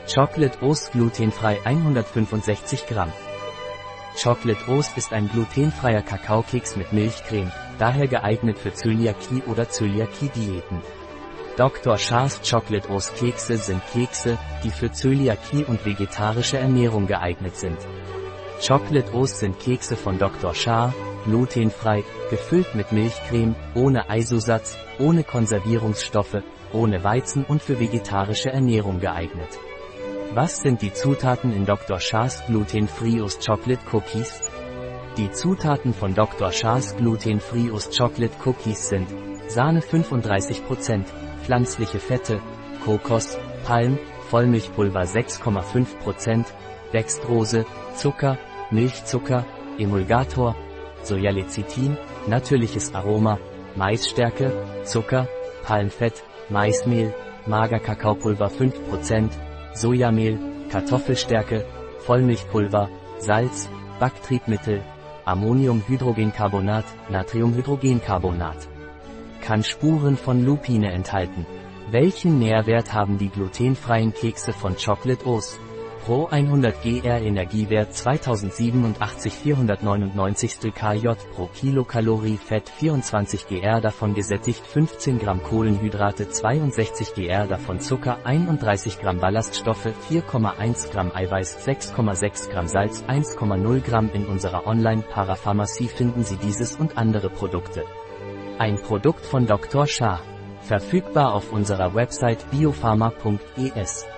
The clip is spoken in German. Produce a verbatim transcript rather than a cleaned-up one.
Chocolate Oast glutenfrei hundertfünfundsechzig Gramm. Chocolate Oast ist ein glutenfreier Kakaokeks mit Milchcreme, daher geeignet für Zöliakie oder Zöliakie-Diäten. Doktor Shahs Chocolate Oast Kekse sind Kekse, die für Zöliakie und vegetarische Ernährung geeignet sind. Chocolate Oast sind Kekse von Doktor Shah, glutenfrei, gefüllt mit Milchcreme, ohne Eisosatz, ohne Konservierungsstoffe, ohne Weizen und für vegetarische Ernährung geeignet. Was sind die Zutaten in Doktor Shahs Gluten-Free Oast Chocolate Cookies? Die Zutaten von Doktor Shahs Gluten-Free Oast Chocolate Cookies sind Sahne fünfunddreißig Prozent, pflanzliche Fette, Kokos, Palm, Vollmilchpulver sechs Komma fünf Prozent, Dextrose, Zucker, Milchzucker, Emulgator, Sojalecithin, natürliches Aroma, Maisstärke, Zucker, Palmfett, Maismehl, Magerkakaopulver fünf Prozent, Sojamehl, Kartoffelstärke, Vollmilchpulver, Salz, Backtriebmittel, Ammoniumhydrogencarbonat, Natriumhydrogencarbonat. Kann Spuren von Lupine enthalten. Welchen Nährwert haben die glutenfreien Kekse von Chocolate Oast? Pro hundert Gramm Energiewert zweitausendsiebenundachtzig vierhundertneunundneunzig Kalorien pro Kilokalorie, Fett vierundzwanzig Gramm, davon gesättigt fünfzehn Gramm Kohlenhydrate, zweiundsechzig Gramm, davon Zucker, einunddreißig Gramm Ballaststoffe, vier Komma eins Gramm Eiweiß, sechs Komma sechs Gramm Salz, eins Komma null Gramm. In unserer Online-Parapharmacie finden Sie dieses und andere Produkte. Ein Produkt von Doktor Shah. Verfügbar auf unserer Website biopharma punkt es.